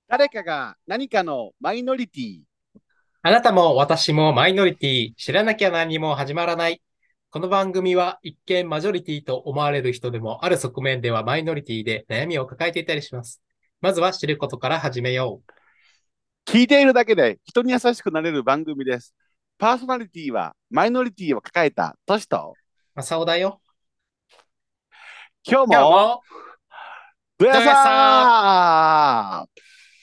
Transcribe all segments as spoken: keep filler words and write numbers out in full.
誰かが何かのマイノリティ。 あなたも私もマイノリティ、知らなきゃ何も始まらない。この番組は一見マジョリティと思われる人でもある側面ではマイノリティで悩みを抱えていたりします。まずは知ることから始めよう。 聞いているだけで人に優しくなれる番組です。パーソナリティはマイノリティを抱えたトシと、 マサオだよ。 今日も、 今日も、 どやどやささー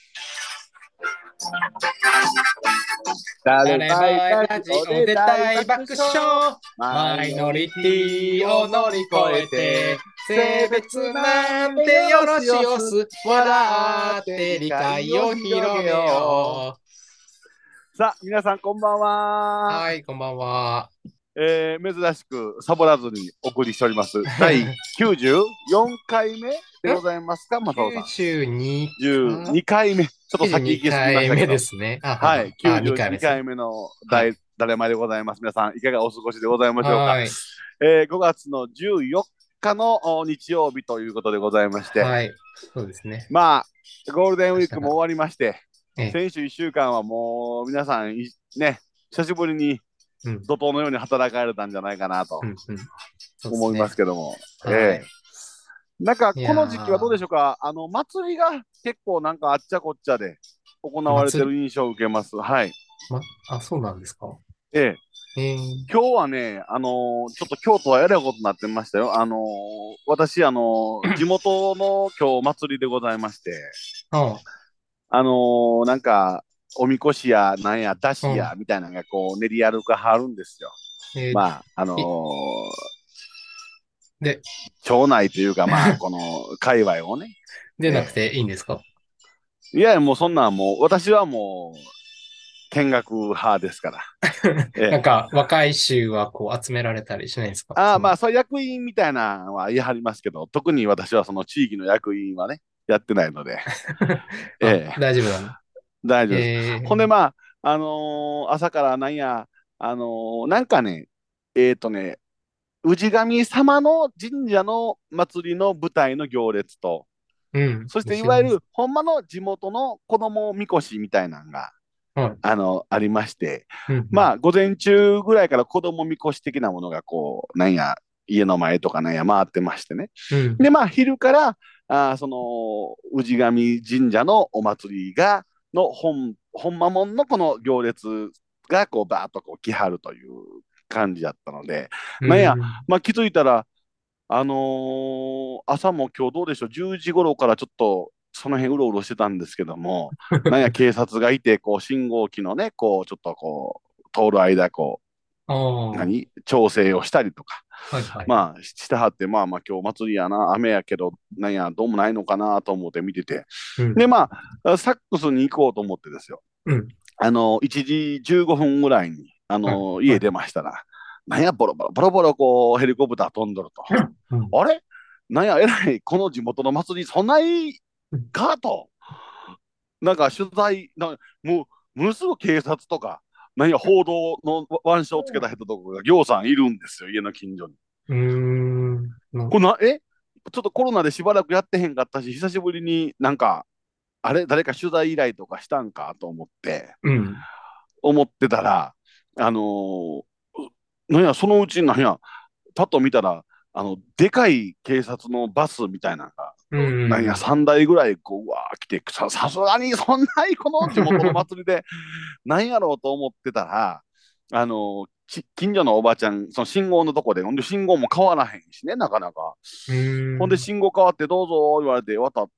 ー、 誰誰まいラまいラジオでジオで大爆大爆笑。 笑。 マイマイノリノリテティィをを乗り乗り越え越えて、 て、性性別別なんなんてよろてよろしおす。 しおす。笑笑って理って理解を解を広げ広めよよう。 う。さあ、皆さんこんばんは。 はい、こんばんは。 えー珍しくサボらずにお送りしております。第きゅうじゅうよんかいめでごんざいますか、マサオさん。 ?きゅうじゅうに 12 か回目。ちょっと ?きゅうじゅうに先行き過ぎま回目でしたけど。 すね。あははい、 は。あ、に 92 回目ですね。 回目のはい。 大誰前でございます。皆さん、いかがお過ごしでございましょうか。 はい。 えーごがつのじゅうよっかの日曜日ということでございまして、 はい。そうですね。 まあ、ゴールデンウィークも終明日が。 わりまして、 ええ。 先週いっしゅうかんはもう皆さん、ね、久しぶりにうん。 怒涛のように働かれたんじゃないかなとうん。うん。そうです思いますね。 けども、ええはい。 なんかいこの時期はどうでやー、 しょうか、あの祭りが結構なんかあっちゃこっちゃで行われて祭り。 る印象を受けます。はい。 ま、あ、そうなんですか。 ええ。 えー、 今日はね、あのーちょっと京都はえらいことになってましたよ。あのー私、あのー地元の今日祭りでございまして、 あ、 あのーなんか、おみこしやなんや、だしやうん。 みたいなのがこう練り歩かはるんですよ。 えー、 まあ、あのい、 ーで、 町内というか、まあ、この界隈をね、え出なくていいんですか？ え。いやいや、もうそんなんもう、私はもう、見学派ですから。ええ。 なんか、若い衆はこう集められたりしないんですか？ ああ、 その、 まあ、そういう役員みたいなのは言い張りますけど、特に私はその地域の役員はね、やってないので、 あ、 ええ、 大丈夫なの？ 大丈夫です。ほんで、 えまあ、あのー朝からなんや、あのーなんかね、えっとね、氏神様の神社の祭りの舞台の行列と、 ー、うん。 そしてい後ろに。 わゆるほんまの地元の子供みこしみたいなのが、 はい。 あの、ありまして、 うん、うん。 まあ、午前中ぐらいから子供みこし的なものが、こう、なんや、家の前とかなんや回ってましてね。 うん。 で、まあ、昼から、あその、氏神神社のお祭りが、の本、本間門のこの行列が、こう、バーッとこう来はるという感じだったので、 うなんや、 ん。 まあ、気づいたら、あのー朝も今日どうでしょう、じゅうじ頃からちょっとその辺うろうろしてたんですけども、なんや警察がいて、こう信号機のね、こうちょっとこう、通る間、こあう、 あ、は何調整をしたりとか、 いはいはい。 まあ、してはって、まあまあ今日祭りやな、雨やけど、なんや、どうもないのかなと思って見てて、 うん。 で、まあ、サックスに行こうと思ってですよ。 うん。 あの、いちじじゅうごふんぐらいに、あはい。 の、家出はい。 ましたら、なんや、ボロボロ、ボロボロ、こう、ヘリコプター飛んどると。 うん。 あれなんや、えらい、この地元の祭り、そんないうん。 かと。なんか取材、なもう、ものすごく警察とか、なんや、報道の腕章をつけた人とかが、ぎょうさんいるんですよ、家の近所に。 うーん。のこれな、えちょっとコロナでしばらくやってへんかったし、久しぶりになんか、あれ、誰か取材依頼とかしたんかと思って、 うん。 思ってたら、あのーなんや、そのうちなんや、パッと見たら、あの、でかい警察のバスみたいなのが、 うなんや、 ん。 さんだいぐらい、こう、うわー来て、さ、さすがにそんなにこの地元の祭りで、なんやろうと思ってたら、あの、ち近所のおばちゃん、その信号のとこで、ほんで信号も変わらへんしね、なかなか。 うーほんでん。 信号変わってどうぞ言われて渡って、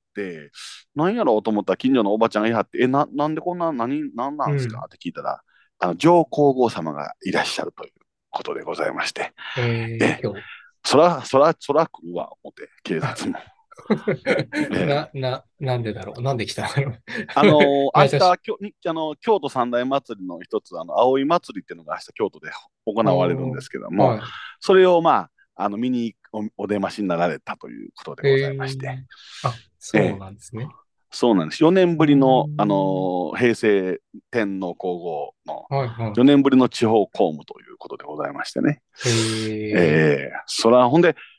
なんやろうと思ったら近所のおばちゃんがいはって、え、な、なんでこんな、何、なんなんすかうん。 って聞いたら、あの、上皇后様がいらっしゃるということでございまして、え、 えー、今そら、そら、そら来るわ、思って、警察も。 日。 えな、な、なんでだろう。なんで来たんだろう。 あのー明毎年。 日、きょにあの京都三大祭りの一つ、あの、葵祭りっていうのが明日京都で行われるんでおー、 すけども、 はそれをまあ、あの、見にお、お出ましになられたということでい。 ござえいまして、 ー、あ、そうええ、 なんですね。 そうなんです。よねんうーぶりの、あのん。 ー平成天皇皇后のはいはよねんぶりの地方公務ということでございましてね。 い。えええそら、ほんで、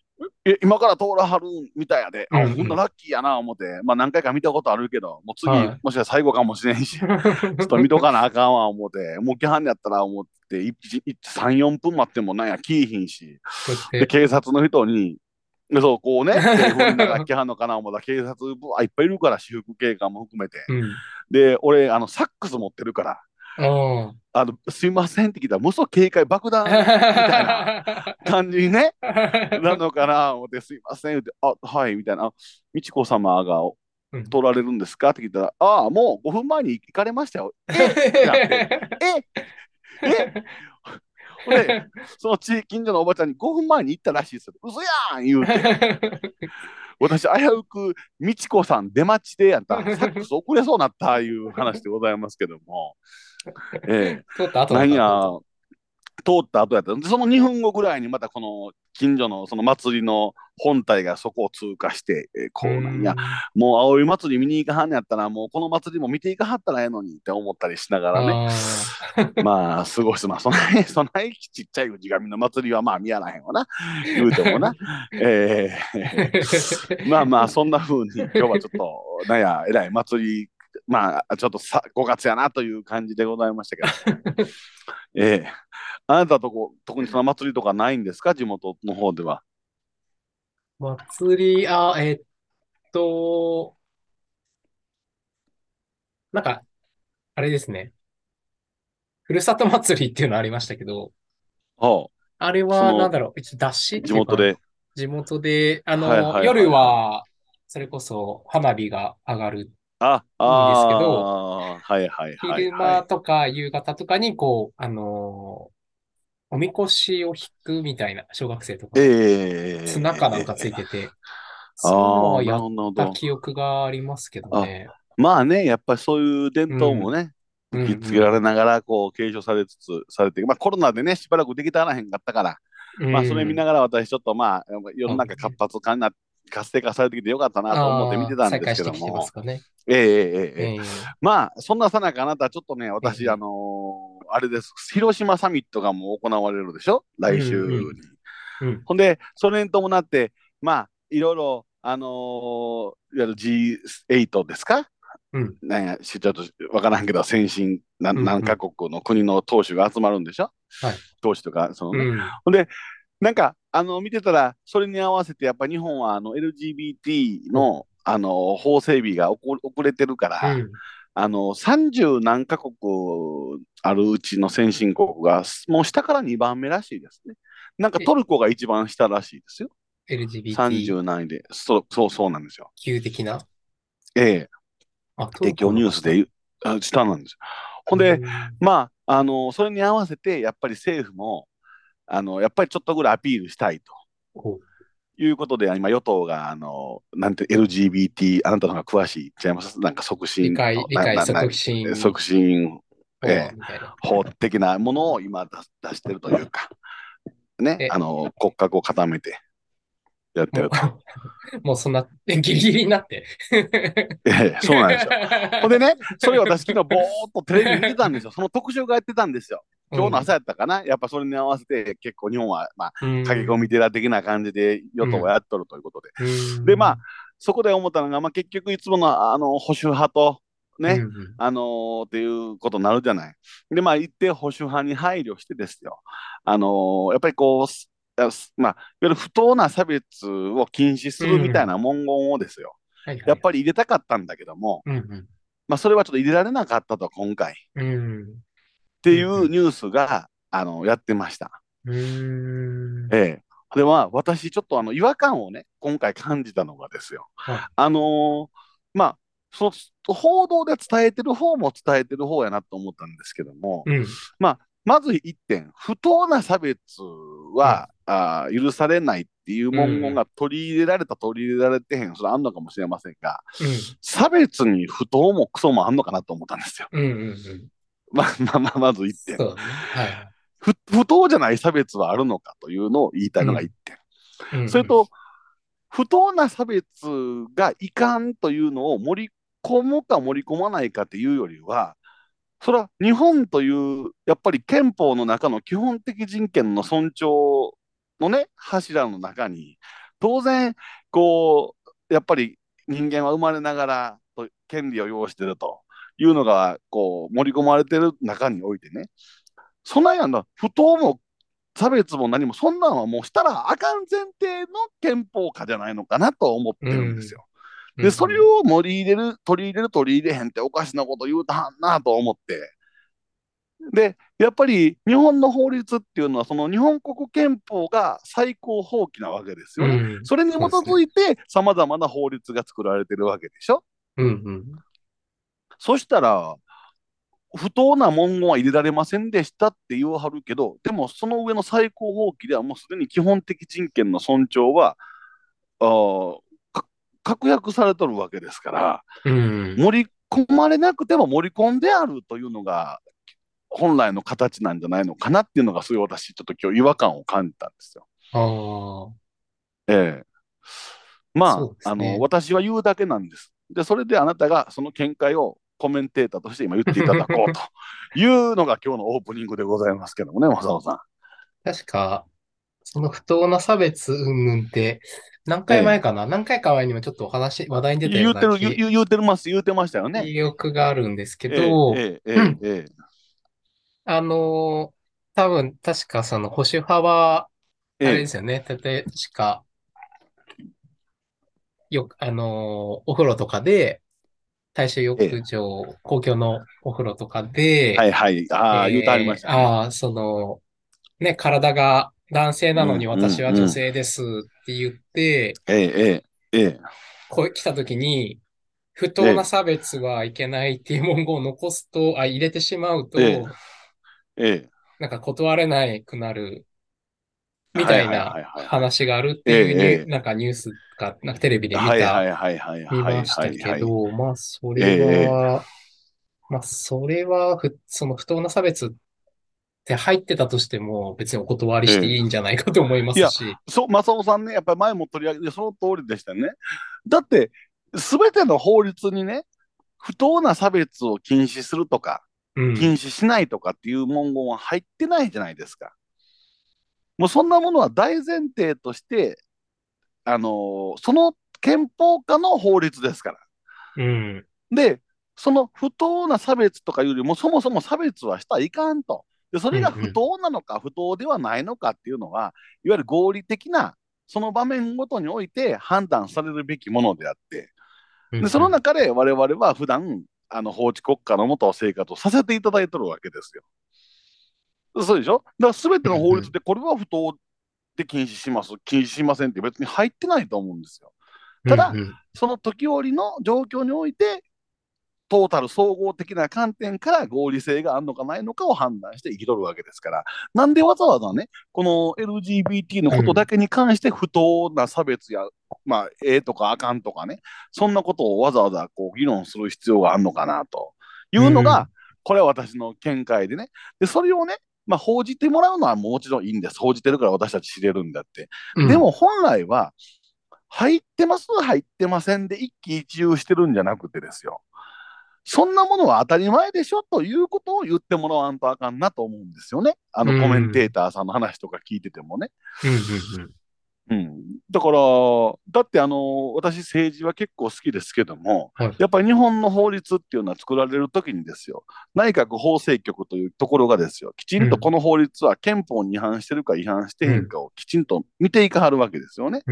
え、今から通らはるみたいやで、あ、ほんなうんうん。 ラッキーやな思って、まあ何回か見たことあるけど、もう次、 はい。 もしかしたら最後かもしれんし、ちょっと見とかなあかんわ思って、もう来はんやったら思って、いちさん、よんぷん待ってもなんや、来いひんし、で、 こうやって。 警察の人に、でそう、こうね、手振りながら来はんのかな思ったら、警察ぶわいっぱいいるから、私服警官も含めて。 うん。 で、俺、あの、サックス持ってるから、 うん。 あの、すいませんって聞いたら、無双警戒爆弾みたいな感じにね、なのかな思って、すいませんって、あ、はい、みたいな、美智子様がうん。 通られるんですかって聞いたら、ああ、もうごふんまえに行かれましたよ。えってなって、ええほんで、その地近所のおばちゃんにごふんまえに行ったらしいですよ。嘘やん言うて。私、危うく、美智子さん出待ちでやった、サックス遅れそうになったいう話でございますけども、ええ、 通った後だったってこなんや、 と？ 通った後やったで、そのにふんごぐらいにまたこの近所のその祭りの本体がそこを通過して、えーうーこうなんや、 ん。 もう葵祭り見に行かはんのやったら、もうこの祭りも見ていかはったらええのにって思ったりしながらね、 ああ。 まあ、過ごしてます。そない、そないちっちゃい氏神の祭りはまあ見やらへんわな、言うてもな。えー、まあまあ、そんな風に今日はちょっと、なんや、えらい祭り、まあ、ちょっとさごがつやなという感じでございましたけども。ええ、あなたとこ、特にその祭りとかないんですか、地元の方では。 祭り、あ、えっと、なんか、あれですね。ふるさと祭りっていうのありましたけど、 はあ、 あれは、なんそのだろう、一応出しっていうか、 地元で。 地元で、あの、 はいはいは夜いはい。 は、それこそ花火が上がるあ、 んですけど、 ああ、はいはいはい昼はい。 間とか夕方とかに、こう、あの、おみこしを引くみたいな、小学生とかえが、綱かなんかつえ、 いてて、そういうのああ、 はやっなるほど、なるほど。 た記憶がありますけどあ、 ね。 まあね、やっぱりそういう伝うん、 統もね、 うん、 受け継うん、 げられながら、こう、継承されつつ、されて、まあコロナでね、しばらくできたらへんかったから、 うまあそれ見なん。 がら私ちょっとまあ、世の中活そうですね。 発化な、活性化されてきてよかったなと思って見てああ、再たんです開してきてますけども、 かね。 ええええええ、 ええまあ、そんなさなかあなた、ちょっとね、私、あええのーあれです、広島サミットがもう行われるでしょ、 う来週に。 ん、うん、うん、 ほんで、それに伴って、まあ、いろいろ、あのーいわゆる ジーエイト ですか、 うん、 なんや、ちょっとわからんけど、先進何、 うん、 何カうん。 国の国の党首が集まるんでしょ、 はい。 党首とか、そのね。 うん、 ほんで、なんか、あの、見てたら、それに合わせて、やっぱ日本は、あの、エルジービーティーお、 の、あの、法整備が遅遅れてるから、 うん。 あの、さんじゅう何カ国あるうちの先進国が、もう下からにばんめらしいですね。なんかえ、 トルコが一番下らしいですよ。 エルジービーティーさんじゅう何位で。そう、そうそうなんですよ。 級的な。 ええ。 あ、トえ、 ルコ今日ニのが下。 ュースであ下なんですよ。ほんうで、 ん。 まあ、あの、それに合わせて、やっぱり政府も、あの、やっぱりちょっとぐらいアピールしたいとお、 いうことで、今、与党が、あの、なんて、エルジービーティー、あなたの方が詳しい、違います、なんか促進、 理解、理な、な、な、 解促進促進、 法えー案みたいな。 法的なものを今出出してるというか、ね、あえ、 の、骨格を固めてやってもると。 う、もうそんな、ギリギリになって。 ええ、そうなんですよ。ほんでね、それを私昨日ぼーっとテレビ見てたんですよ。その特集がやってたんですよ。 うん。 今日の朝やったかな、やっぱそれに合わせて結構日本は、まあ、 う駆け込みん。 寺的な感じで与党はうん。 やっとるということで。 うで、まあ、 ん。 そこで思ったのが、まあ、結局いつものあの保守派と、ね、 うん。 あのーっていうことになるじゃない。で、まあ、一定保守派に配慮してですよ。あのーやっぱりこう、すまあ、いわゆる不当な差別を禁止すうるみたいん。 な文言をですよ。 はいはいはい。 やっぱり入れたかったんだけども、 うん。 まあ、それはちょっと入れられなかったと、今回。っうん。 ていうん。うん。 うニュースが、あの、やってました。 うん。 ええ。では、私、ちょっとあの、違和感をね、今回感じたのがですよ。 はい。 あのーまあ、そ報道で伝えてる方も伝えてる方やなと思ったんですけども、 うん。 まあ、まず一点、不当な差別うん。 はあー許されないっていう文言うん。 が取り入れられた、取り入れられてへん、それあんのかもしれませんが、 うん。 差別に不当もクソもあんのかなと思ったんですよ。 うん。うん。 まあまあまあ、まず一点。 そうだね。はいはい。 不不当じゃない差別はあるのかというのを言いたいのが一うん。 点。 うん。 それと、不当な差別がいかんというのを盛り込むか盛り込まないかというよりは、それは日本というやっぱり憲法の中の基本的人権の尊重のね、柱の中に、 当然、こう、やっぱり人間は生まれながらと権利を要しているというのが、こう、盛り込まれている中においてね、そんなんやんな、不当も差別も何も、そんなんはもうしたらあかん前提の憲法下じゃないのかなと思っうん。 てるんですよ。で、それうん。 を盛り入れる、取り入れる、取り入れへんっておかしなこと言うたはんなと思って。で、やっぱり日本の法律っていうのは、その日本国憲法が最高法規なわけですよね。 うん。 それに基そうですね。 づいて様々な法律が作られてるわけでしょ。 うん。うん。 そしたら、不当な文言は入れられませんでしたって言わはるけど、でもその上の最高法規ではもうすでに基本的人権の尊重は、あ確約されとるわけですから、 うん。 盛り込まれなくても盛り込んであるというのが本来の形なんじゃないのかなっていうのが、そういう私、ちょっと今日違和感を感じたんですよ。 ああ、 ええ。まそうであ、あの、 すね。 私は言うだけなんです。で、それであなたがその見解をコメンテーターとして今言っていただこうというのが今日のオープニングでございますけどもね、正野さん。 確か、その不当な差別云々って、何ええ。 回前かな何回か前にもちょっとお話、話題に出たよう言うてる、言うな記、 言うてます、言うてましたよね。 記憶があるんですけえど、 え、ええ、 うん、 ええ、 あのー多分、確かその保守派は、あれでええ、 すよね。たとえ、確か、よく、あのーお風呂とかで、大衆ええ、 浴場、公共のお風呂とかで、 はいはい、ああ、言うてはりまえー、 したね。 ああ、その、ね、体が男性なのにうん、うん、 私は女うん。 性ですって言って、 ええ、ええ、 こう来た時に、不ええ、 当な差別はいけないっていう文言を残すと、あ、入れてしまうええ、 と、 ええ、 なんか断れなくなるみはいたいなはいはいはいはい。 話があるってえいうニュー、 え、 なんかニュースか、なんかテレビでええ、はいは見た、 いはいはい見はいましたはいはい。 けど、まあ、そえれえ、 は、まあ、それはふ、その不当な差別って入ってたとしても、別にお断りええ、 していいんええ。 じゃないかと思いまいや、 すし。 そう、正雄さんね、やっぱり前も取り上げて、その通りでしたね。だって、すべての法律にね、不当な差別を禁止するとか、 うん。 禁止しないとかっていう文言は入ってないじゃないですか。もうそんなものは大前提として、あのーその憲法下の法律ですから。 うん。 で、その不当な差別とかいうよりも、そもそも差別はしたらいかんと。で、そうん。 れが不うん。 当なのか不当ではないのかっていうのは、いわゆる合理的な、その場面ごとにおいて判断されるべきものであって、で、そのうん。 中で我々は普段、あの、法治国家のもと生活をさせていただいてるわけですよ。そうでしょ。だから全てうん。 の法うん。 律でこれは不当で禁止します、禁止しませんって別に入ってないと思うんですよ。 うん。 ただ、 うん。 その時折の状況において、トータル総合的な観点から合理性があるのかないのかを判断して生きとるわけですから、なんでわざわざね、この エルジービーティー のことだうん。 けに関して不当な差別や、まあ、ええとかあかんとかね、そんなことをわざわざこう議論する必要があるのかなといううのが、 ん。 これは私の見解でね。で、それをね、まあ、報じてもらうのはもちろんいいんです。報じてるから私たち知れるんだって。 うん。 でも本来は、入ってます、入ってませんで一喜一憂してるんじゃなくてですよ。そんなものは当たり前でしょということを言ってもらわんとあかんなと思うんですよね。あうのコメンテーん。 ターさんの話とか聞いててもね。 うん。うん。 うん、だから、だってあの、私政治は結構好きですけども、 はい。 やっぱり日本の法律っていうのは作られるときにですよ、内閣法制局というところがですよ、きちうん。 んとこの法律は憲法に違反してるか違反してうん。 へんかをきちんと見ていかはるわけですよね。 うん。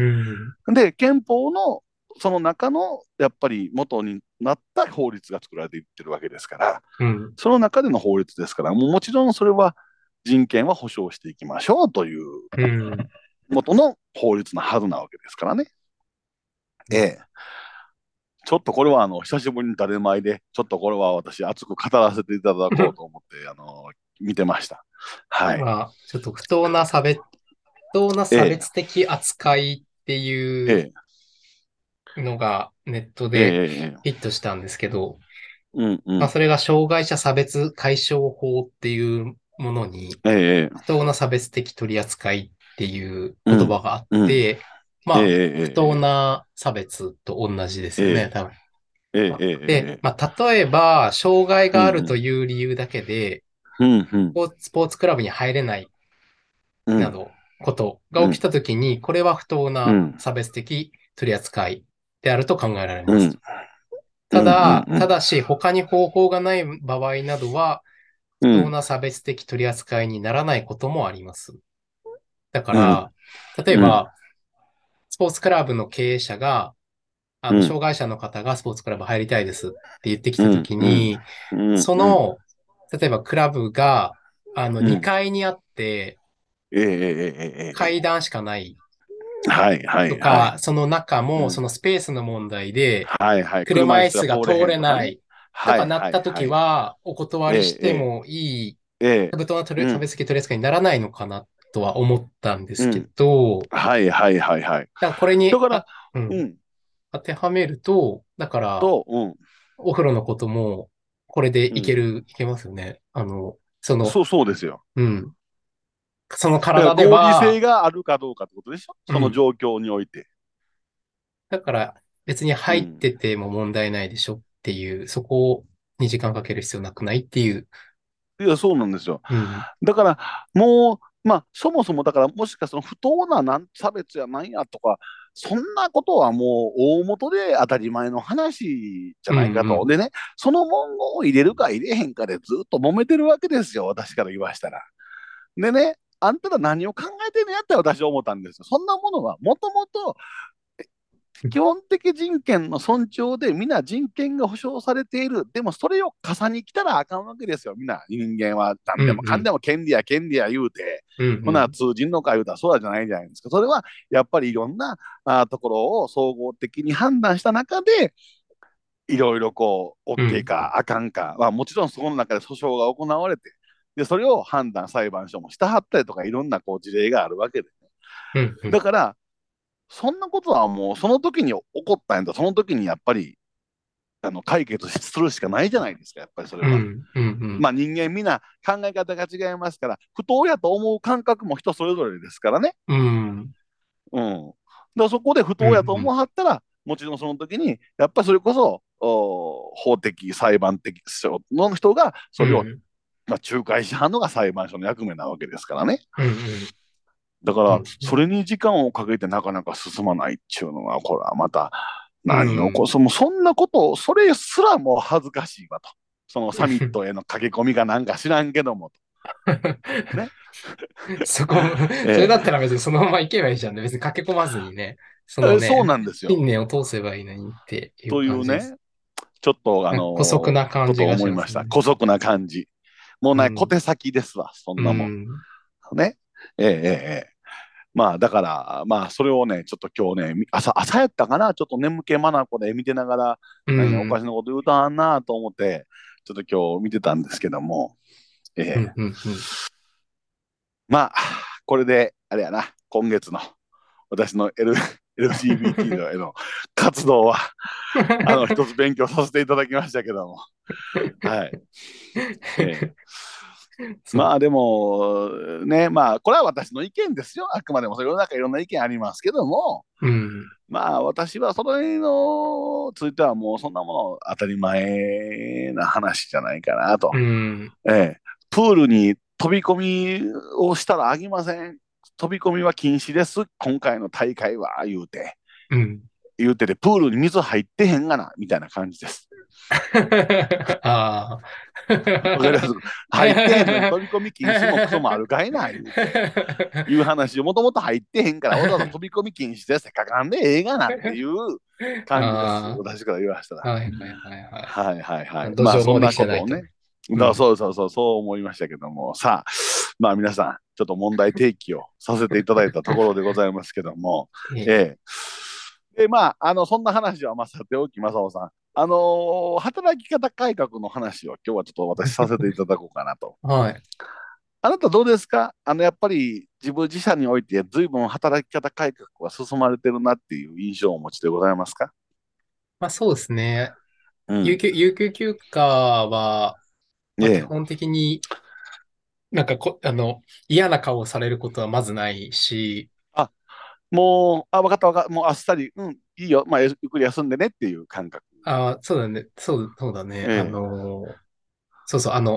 で、憲法のその中のやっぱり元になった法律が作られていってるわけですから、 うん。 その中での法律ですから、もうもちろんそれは人権は保障していきましょうといううん。 元の法律のはずなわけですからね。ええ。ちょっとこれはあの久しぶりに垂れ前で、ちょっとこれは私熱く語らせていただこうと思ってあの見てました。はい。 まあ、ちょっと不当な差別、不当な差え別的扱いってえ、えいうえ、 のがネットええ、 でええ、 ヒットしたんですけど、 うんうまあ、 ん、 それが障害者差別解消法っていうものに、 ええ、 不当な差別的取り扱いっていううん、 言葉があっうん、 て、まえあ、不当え、 な差別と同じですよね、 ええ、 多分。 ええ、ええ、 で、 ええ、 まあ、例えば、障害うん、 があるとうん、 いう理由だけで、 うん、うん、 スポーツスポーツクラブに入れないうん、 など、 ことが起きうん、 たときに、これは不当なうん、 差別的取り扱いであると考えられますと。 うん、うん、うん、 ただ、 うん、 ただし、他に方法がない場合などは、不当うん、 な差別的取り扱いにならないこともあります。だかうん、 ら、例えうん、 ば、スポーツクラブの経営者が、あの、 うん、 障害者の方がスポーツクラブ入りたいですって言ってきたとうん、 きうん、 に、 うん、うん、 その、例えばクラブが、あの、にうん、 かいにあって、 ええ、ええ、ええ、え階段しかないえ、はい、はい、はい、 とか、その中も、そうん、 のスペースの問題で、 はい、はい、 車椅車椅子が通れ子が通へんとかね。 れないとはい、 かなっはい、 たときはい、 は、お断えりしてえ、 もいい、 ええ、ええ、 不当な取り差うん、 別的取り扱いにならないのかなとは思ったんですけうん、 ど、 はい、はい、はい、はい。 だからこれに、 だから、 あ、うん、 うん、 当てはめると、だから、 と、うん、 お風呂のことも、これでうん、 いける、いけますよね。あの、その、 そう、そうですよ。 うん。そのだから体で合理性は、 があるかどうかってことでしょ、 うん。 その状況において。 だから別に入っうん。 てても問題ないでしょっていう、そこに時間かける必要なくないっていう。 いや、そうなんですよ。 うん。 だから、もう、まあ、そもそもだから、もしかその不当ななん差別やなんやとか、そんなことはもう大元で当たり前の話じゃうん、 ないかと。 うん。 でね、その文言を入れるか入れへんかでずっと揉めてるわけですよ、私から言わしたら。でね、あんたら何を考えてんのやったら私は思ったんですよ。そんなものはもともと基本的人権の尊重で皆人権が保障されている。でもそれを重に来たらあかんわけですよ。みんな人間はうん、 何でもかんうん。 でも権利や権利や言うて、 うん、 ほなうん。 通じんのか言うたらそうじゃないじゃないですか。それはやっぱりいろんなあところを総合的に判断した中で、いろいろこう、 う OK ん、 かあかんか、まあ、もちろんそこの中で訴訟が行われて、で、それを判断裁判所もしたはったりとかいろんなこう事例があるわけで、ね。 うん、うん。 だから、そんなことはもうその時に起こったんだ、その時にやっぱりあの解決するしかないじゃないですか、やっぱりそれは。 うん、うん。 まあ人間みんな考え方が違いますから、不当やと思う感覚も人それぞれですからね。 うん、 うん。だからそこで不うん、 当やと思うん。 わはったら、もちろんその時に、やっぱりそれこそ、お法的裁判的の人がそれを、 うん、 まあ、仲介しはんのが裁判所の役目なわけですからね。 うん、 だから、 うん。 それに時間をかけてなかなか進まないっていうのは、これはまた、 う何をこん。 そ、もうそんなことを、それすらもう恥ずかしいわと。そのサミットへの駆け込みがなんか知らんけども、ね。 そこ、それだったら別にそのまま行けばいいじゃんね。別に駆け込まずにね、そのえ、そうね、 なんですよ。 信念を通せばいいのにっていうという感じです。 ね、ちょっと、あのなんか姑息な感じことをがし思いました。 ますね。 姑息な感じ。もうね、小うん。 手先ですわ、そうんなもん。 ん。ね。ええええええ。まあ、だから、まあ、それをね、ちょっと今日ね、朝、朝やったかな、ちょっと眠気まなこで見てながら、 う何やおかしん。 なこと言うたんなと思って、ちょっと今日見てたんですけども、えうん。 え、 うん。うん。 まあ、これで、あれやな、今月の私の、L、エルジービーティー への活動は、あの、一つ勉強させていただきましたけども、はい。ええ、 そまあでも、ね、まあ、これは私の意見ですよ。あくまでも、世の中いろんな意見ありますけども、 う。うん。 まあ私はそれのついてはもうそんなもの当たり前な話じゃないかなと。 うん。 ええ、プールに飛び込みをしたらあきません。飛び込みは禁止です。今回の大会は言うて。 うん。 言うてて、プールに水入ってへんがな、みたいな感じです。 あわかります。入ってへんのにあ。 飛び込み禁止もクソもあるかいな、言うて。いう話をもともと入ってへんからわざわざ飛び込み禁止ですって書かんでええがなっていう感じです。 あ私から言わしたら。 あ。はいはいはいはい。 はいはいはい。 土まあそん壌もでなことをね。 きてないとね。うだん。 そうそうそう、そう思いましたけども。さあ、まあ皆さん、ちょっと問題提起をさせていただいたところでございますけども。 ええ。 ええ。で、まあ、あの、そんな話はまあさておき、正雄さん。あのー働き方改革の話を今日はちょっと私させていただこうかなと。 はい。 あなたどうですか、あの、やっぱり自分自社において随分働き方改革が進まれてるなっていう印象をお持ちでございますか？ まあそうですね。 うん。 有給、有給休暇は、まあ基ええ。 本的になんかこ、あの、嫌な顔をされることはまずないし、 あ、もう、あ、わかったわかった、もうあっさり、うん、いいよ、まあ、ゆっくり休んでねっていう感覚。 あ、そうだね。そう、そうだね。あええ。 の、そうそう、あの、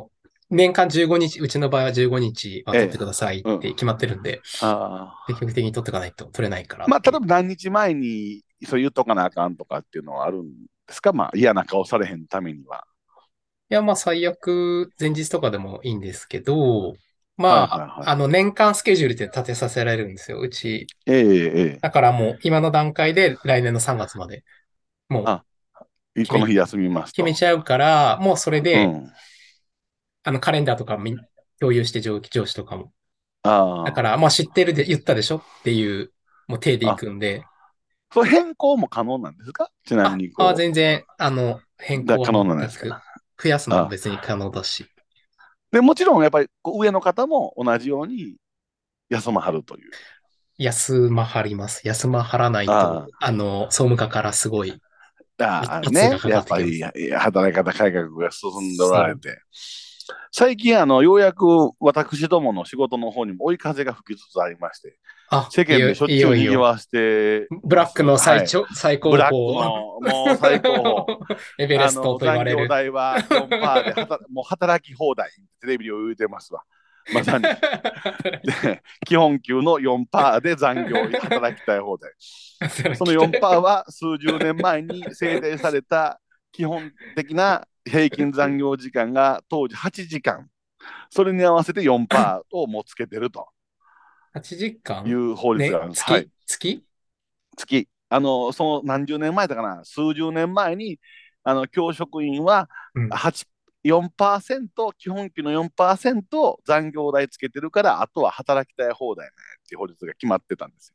年間じゅうごにち、うちの場合はじゅうごにちはええ。 取ってくださいっうん。 て決まってるんで、 ああ。 積極的に取っていかないと取れないからっまあ、 ていう。 例えば何日前にそう言っとかなあかんとかっていうのはあるんですか？まあ、嫌な顔されへんためには。 いや、まあ最悪前日とかでもいいんですけど、 はいまあ、 はいはい。 あの年間スケジュールって立てさせられるんですよ、うち。 ええ、ええ。 だからもう今の段階で来年のさんがつまでもうあ、 決め、 この日休みますと。 決めちゃうから、もうそれで、 うん。 あのカレンダーとかみ共有して上、上司とかも。だかあら、まあ知ってるで言ったでしょっていう、もう手でいあ。あ、 くんで、 そう変更も可能なんですか？ちなみあ、あ、 にこ全然、あの、変う、だ、 更は可能なんですか？ 全く、増やすのもあ、 別に可能だし。 で、もちろんやっぱりこう上の方も同じように休まはるという。 休まはります。休まはらないと、 ああの、総務課からすごいあ、あね、 圧がかかやっぱりってきます。 働き方改革が進んでおられそて、最近あの、ようやく私どもの仕事の方にも追い風が吹きつつありまして、 う。あ、 世いよ、い間でしょっちゅうよいよ。 賑わしてます。 ブラックのはい。 最長、最ブラック高峰。 のもう最高峰。 エベレストあの、残業と言われる。 代はよんパーセントではた、もう働き放題、テレビを言うてますわ。まさに。で、基本給のよんパーセントで残業、働きたい放題。その働きたい。 よんパーセントは数十年前に制定された基本的な平均残業時間が当時はちじかん。それに合わせてよんパーセントをもつけてるとはちじかんいう法律があね、 るんです。はい。 月月月。あの、その何十年前だかな、数十年前に、あの、教職員はうん。 はち、よんパーセント、基本給のよんパーセント残業代つけてるから、あとは働きたい放題ねっていう法律が決まってたんですよ。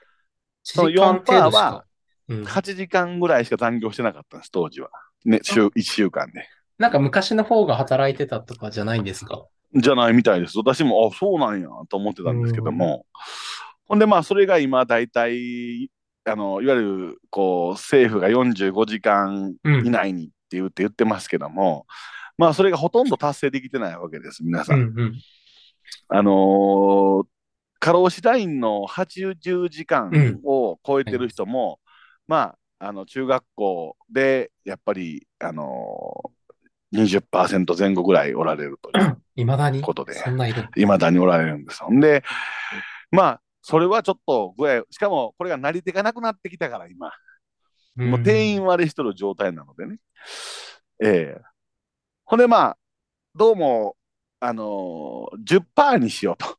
1 その時間程度 4% しか。 はうん。 はちじかんぐらいしか残業してなかったんです、当時は。ね、 あ、 週、いっしゅうかんで。 なんか昔の方が働いてたとかじゃないんですか？ じゃないみたいです。私も、あ、そうなんやと思ってうたんですけどん。 も。ほんで、まあ、それが今、大体、あの、いわゆる、こう、政府がよんじゅうごじかんうん。 以内にって言って言ってますけども、まあ、それがほとんど達成できてないわけです、皆さん。 うん。うん。 あのー過労死ラインのはちじゅうじかんうん。 を超えてるあります。 人も、まあ、あの中学校でやっぱり、あのー、にじゅっパーセント前後ぐらいおられるといういまだにことで、 そんないる。 いまだにおられるんです。んで、まあ、それはちょっとぐらい、しかもこれがなり手がなくなってきたから、今、 うもう定ん。 員割れしとる状態なのでね。ええほんで、まあ、どうも、あのー、じゅっパーセントにしようと。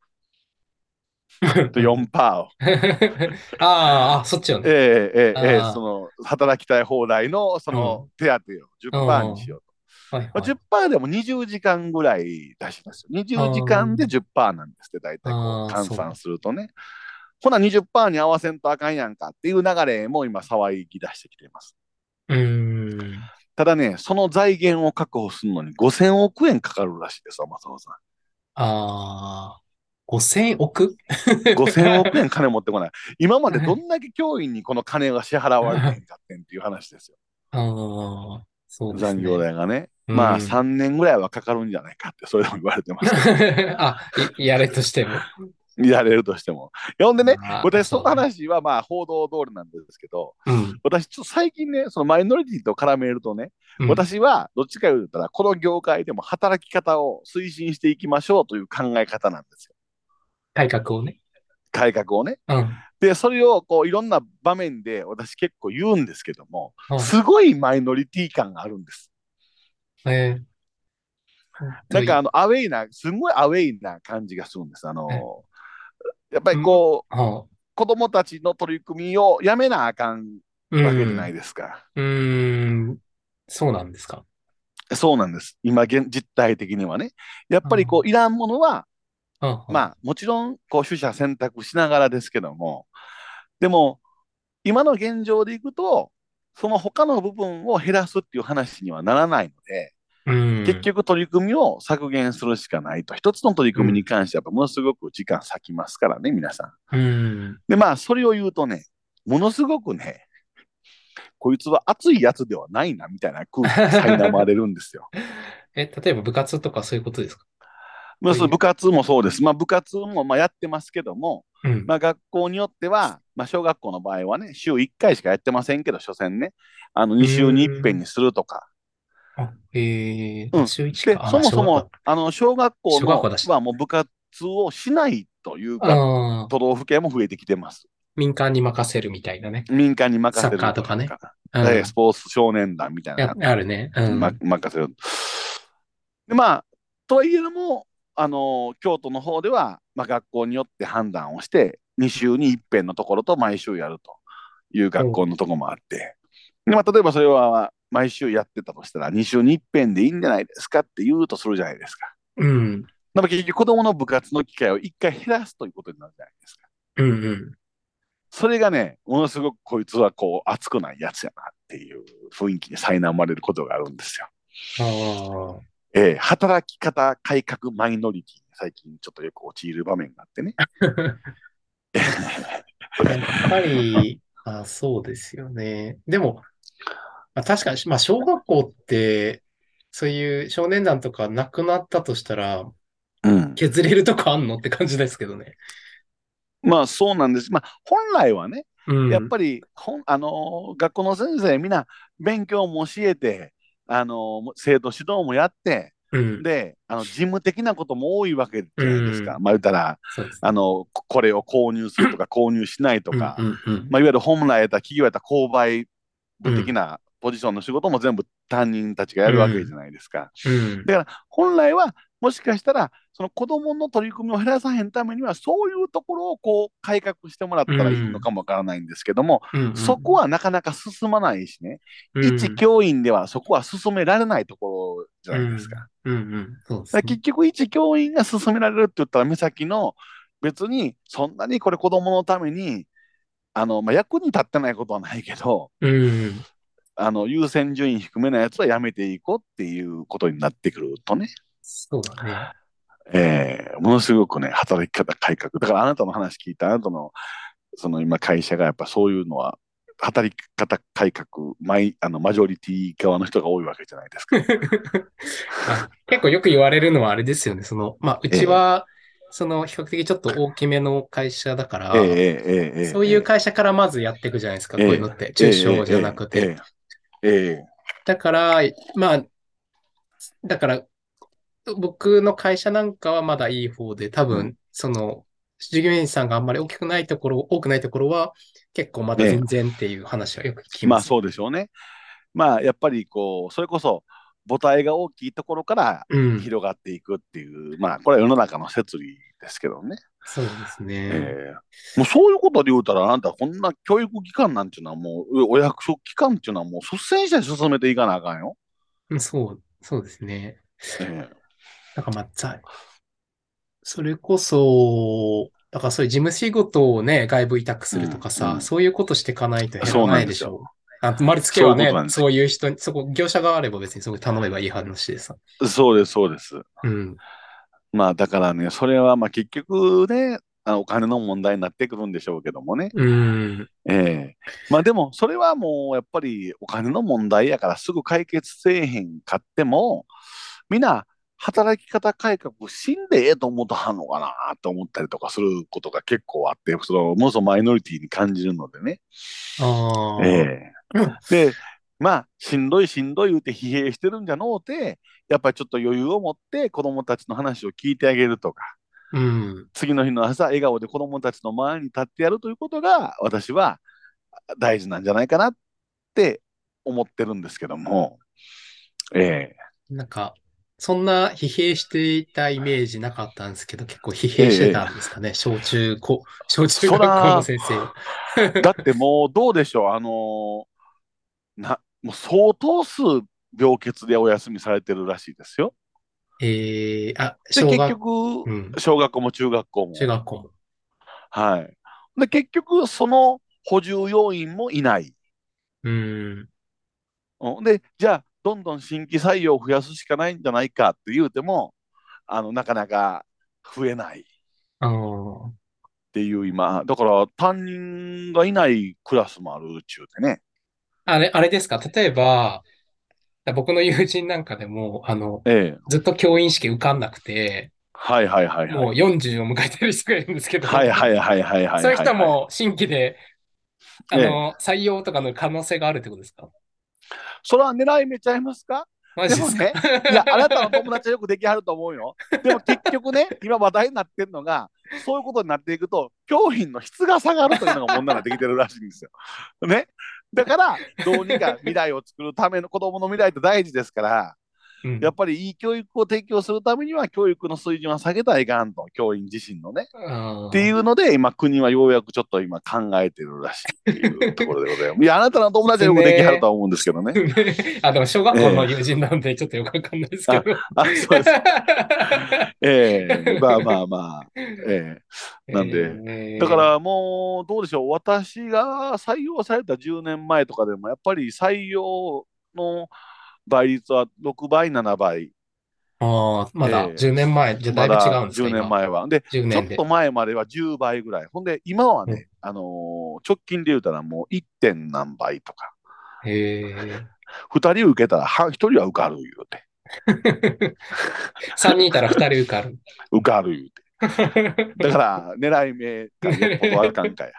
よんパーセントを。 あーあ、そっちよえね。 えええええそあの、働きたい放題の、そあ、うの、 ん。 手当をうじゅっパーセントにしん。 ようと。まあ、 はいはい。 じゅっパーセントでもにじゅうじかんぐらいらしいんですよ。 あにじゅうじかんでーじゅっパーセントなんですって、大体こう、 あー、 換算そう。 するとね。ほなにじゅっパーセントに合わせんとあかんやんかっていう流れも今騒ぎ出してきています。 うーん。 ただね、その財源を確保するのにごせんおく円かかるらしいですわ、正雄さん。 ああ、ごせんおく？ ごせんおく円金持ってこない。今までどんだけ教員にこの金が支払われてへんかってんっていう話ですよ。 ああ、そうです残業ね。 代がね。 うまあん。 さんねんぐらいはかかるんじゃないかって、それでも言われてますけど。 あ、い、やれとしても。 やれるとしても。いやほんでね、 ああ、 私そのそうね。 話はまあ報道通りなんですけど、 うん。 私ちょっと最近ね、そのマイノリティと絡めるとね、 うん。 私はどっちか言うたら、この業界でも働き方を推進していきましょうという考え方なんですよ。 改革をね。 改革をね。 うん。 で、それをこういろんな場面で私結構言うんですけども、 うん。 すごいマイノリティ感があるんです。 えー、ほんといい。 なんかあの、アウェイな、すごいアウェイな感じがするんです。あえ、 の、やっぱりうん。 こう、 はあ、 子供たちの取り組みをやめなあかんうわけじゃないん。 ですか。 うーん。そうなんですか。 そうなんです。今現、実態的にはね。やっぱりこう、いあらんものは、 あ、ああ、 まあ、もちろん、こう、取捨選択しながらですけども、でも、今の現状でいくと、その他の部分を減らすっていう話にはならないので、 うん。 結局取り組みを削減するしかないと。一つの取り組みにうん。 関しては、ものすごく時間割きますからね、皆さん。 うん。 で、まあ、それを言うとね、ものすごくね、こいつは熱いやつではないな、みたいな空気が苛まれるんですよ。 え、例えば部活とかそういうことですか？ まあ、そそういう。 う部活もそうです。まあ、部活もまあやってますけども、 うん。 まあ、学校によっては、まあ、小学校の場合はね、週いっかいしかやってませんけど、所詮ね、あのうに週に一遍ーん。 にするとか、 あ、えー、まあ、 うん。 週一で、 か。あ、まあ、 そもそも、 小学校、 あの、小学校の小学校だし。 はもう部活をしないという学ああ、 都道府県も増えてきてます。 民間に任せるみたいなね。 民間に任サッせるカーとかね。 というか、 うん。 えースポーツ少年団みたいや、 な、 あるね。うま、 ん。 任せる。で、まあ、とはいえども、あの、京都の方では、まあ、学校によって判断をして、に週に一遍のところと毎週やるという学お校のところもあって、で、まあ、例えばそれは毎週やってたとしたら、に週に一遍でいいんじゃないですかって言うとするじゃないですか。 うん。 だから結局子供の部活の機会を一回減らすということになるじゃないですか。 うん。うん。 それがね、ものすごくこいつはこう熱くないやつやなっていう雰囲気に苛まれることがあるんですよ。 ああ。 えー働き方改革マイノリティに最近ちょっとよく陥る場面があってね。 やっぱり、あ、そうですよね。でも、まあ、確かに、まあ、小学校って、そういう少年団とかなくなったとしたら、 うん。 削れるとこあんのって感じですけどね。 まあそうなんです。まあ本来はね、 うん。 やっぱりほん、あのー学校の先生みんな勉強も教えて、あのー生徒指導もやって、 うん。 で、あの事務的なことも多いわけうじゃないですか。 ん。 まあ言ったら、 そうですね。 あの、ここれを購入するとか購入しないとうん。うか、 ん。うん。 まあいわゆる本来やったら企業やったら購買部的うん。 なポジションの仕事も全部担任たちがやうるわけじん。 ゃないですか。 うん。 だから本来はもしかしたらその子どもの取り組みを減らさへんためにはそういうところをこう改革してもらっうたらいいのん。 かもわからないんですけども、 うん。うそこん。 はなかなか進まないしね、 うん。 一教員ではそこは進められないところじゃうないですか。 ん。うん。うん。そうですね。 だから結局一教員が進められるって言ったら目先の別にそんなにこれ子どものためにあの、まあ、役に立ってないことはないけど、 うん。 あの優先順位低めなやつはやめていこうっていうことになってくるとね、 そうだね。 えーものすごくね、働き方改革。だからあなたの話聞いたあなたの、その今会社がやっぱそういうのは、働き方改革、マイ、あの、マジョリティ側の人が多いわけじゃないですか。 まあ、結構よく言われるのはあれですよね。その、まあ、うちえは、その、比較的ちょっと大きめの会社だかええら、 ええそういうえ会社からまずやっていくじゃないですか。 ええこういうのって。 え中小じゃなえくて。 ええええだから、まあ、だから、僕の会社なんかはまだいい方で、多うん、 分、その、従業員さんがあんまり大きくないところ、多くないところは、結構まだ全ええ然っていう話はよく聞きます。 まあそうでしょうね。まあやっぱりこう、それこそ母体が大きいところからうん。 広がっていくっていう、まあこれは世の中の摂理ですけどね。 そうですね。 ええもうそういうことで言うたら、あなたこんな教育機関なんていうのはもう、お役所機関っていうのはもう率先して進めていかなあかんよ。 うんそう、そうですね。 えなんかまあ、ざそれこそ、だからそういう事務仕事をね、外部委託えするとうん、 かさ、 うん。 そういうことしていかないと減らそうななんですよ。 いでしょう。あ、丸付けそういうことはね、 なんですそういう人に、そこ、業者があれば別にそこ頼めばいい話でさ。 よ。そうです、そうです。 うん。 まあだからね、それはまあ結局ね、あのお金の問題になってくるんでしょうけどもね。 うん。 ええまあでも、それはもうやっぱりお金の問題やからすぐ解決せえへんかっても、みんな働き方改革しんでええと思うとはんのかなと思ったりとかすることが結構あって、そのものすごくマイノリティに感じるのでね。えああ。 えで、まあ、しんどいしんどい言うて疲弊してるんじゃのうて、やっぱりちょっと余裕を持って子供たちの話を聞いてあげるとか、 うん。 次の日の朝、笑顔で子供たちの前に立ってやるということが、私は大事なんじゃないかなって思ってるんですけども、えなんか、そんな疲弊していたイメージなかったんですけど、結構疲え弊してええたんですかね。小中高、小中そ学校のら、 先生は。 だってもうどうでしょう、あのな、もう相当数病欠でお休みされてるらしいですよ。 えー、あ、 で、結小学、 局、 うん。 小学校も中学校も。 中学校も。 はい。で、結局、その補充要員もいない。 うん。 うんで、じゃあ、どんどん新規採用を増やすしかないんじゃないかって言うても、あの、なかなか増えないっああ。 ていう今、だから担任がいないクラスもあるっちゅうてね。 あれ、あれですか例えば、僕の友人なんかでも、あの、 ええ。 ずっと教員試験受かんなくて、 はいはいはいはい。 もうよんじゅうを迎えてる人がいるんですけど、 はいはいはいはいはそういういはいはい。 人も新規で、あええ。 の、採用とかの可能性があるってことですか？ それは狙い目ちゃいますか？ マジですか？ でもね、いや、あなたの友達はよくできはると思うよ。でも結局ね、今話題になってるのが、そういうことになっていくと、教員の質が下がるというのが問題になってきてるらしいんですよ。ね。だから、どうにか未来を作るための子供の未来って大事ですから、 うん。 やっぱりいい教育を提供するためには、教育の水準は下げたらいかんと、教員自身のね。っていああ。 うので、今、国はようやくちょっと今考えてるらしいっていうところでございます。いや、あなたの友達はすよくできはるとねは思うんですけどね。 ー。あ、でも小学校のええ友人なんでちょっとよくわかんないですけあ、 ど。 あ、そうです。ええまあまあまあ。ええなんで、だかえらもう、どうでしょう。私が採用されたじゅうねんまえとかでも、やっぱり採用の倍率はろくばい、ななばい。 ー、ああ、まだ10 ええ年前、じゃあだいぶ違まだ10 うんですか、今。 年前は。で、 10年で。 ちょっと前まではじゅうばいぐらい。ほんで、今はうん、 ね、あのー直近で言うたらもう いってん 何倍とか。 へえ。 ふたり受けたらはひとりは受かる言うて。 さんにんいたらふたり受かる。 受かる言うて。だから、狙い目かよっぽどあかんかや。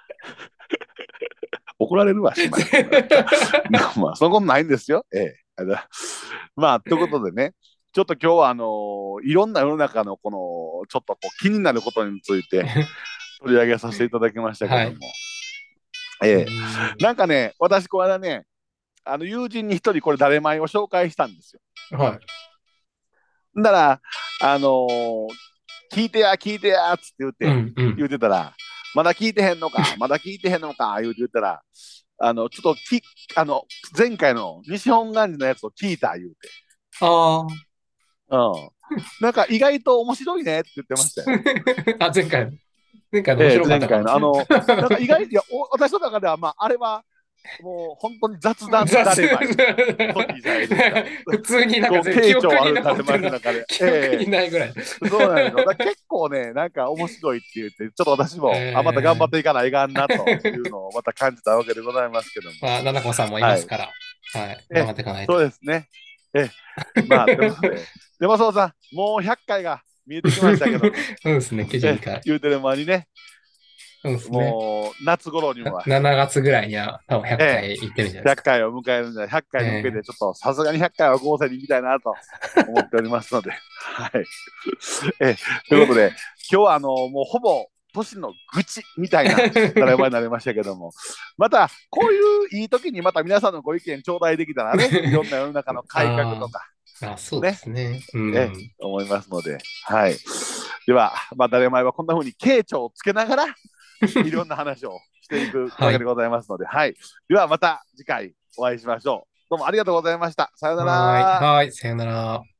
怒られるわ、しまいこんなやったら。まあ、そんなことないんですよ。ええ。まあ、ということでね、ちょっと今日は、あのーいろんな世の中のこの、ちょっとこう気になることについて取り上げさせていただきましたけども、 はい。うええ。 ん、 なんかね、私、この間ね、あの友人に一人これ誰前を紹介したんですよ。 はい。 だから、あのー聞いてや、聞いてや、つって言って、 うん、うん。 言うてたら、まだ聞いてへんのか、まだ聞いてへんのか、言うて言ったら、あの、ちょっとき、あの、前回の西本願寺のやつを聞いた、言うて。 ああ。 うん。なんか意外と面白いねって言ってましたよ。 あ、前回の。前回の面ええ白かったか。 前回の。あの、なんか意外、いや、お私の中では、まあ、あれは、もう本当に雑談雑。 誰前の時じゃないですか。 普通になんかこう、 全然記傾聴憶にある誰残ってな、 前の中で。 記憶えにないぐらい。 えそうなんですよ。だから結構ね、なんか面白いって言って、ちょっと私も、あ、また頑張っえー、 ていかないかんなというのをまた感じたわけでございますけども。 まあ、ななこさんもいまはい。 すから、はい。頑え、 張っていかないと。 そうですね。え、まあ、ということで、山沢さん、もうひゃっかいが見えてきましたけども、 そうですね、92 え、 回。 言うてる間にね、 そうですね。 もう夏頃には、 しちがつぐらいには多分100 ええ、 回行ってるんじゃないです 100 か。 回を迎えるんで、ひゃっかいに向けえて、ちょっとさすがにひゃっかいは豪勢に行きたいなと思っておりますので、はい。えということで、今日はあのもうほぼ年の愚痴みたいなドラマになりましたけども、またこういういい時にまた皆さんのご意見頂戴できたらね、いろんな世の中の改革とあか、 ーあ、そうでね、 すね。うえん。 思いますので、はい。では、まあ、誰前はこんな風に傾聴をつけながら、いろんな話をしていくはい。 わけでございますので、はい。ではまた次回お会いしましょう。どうもありがとうございました。さようなはい。 ら。 はい。さよなら。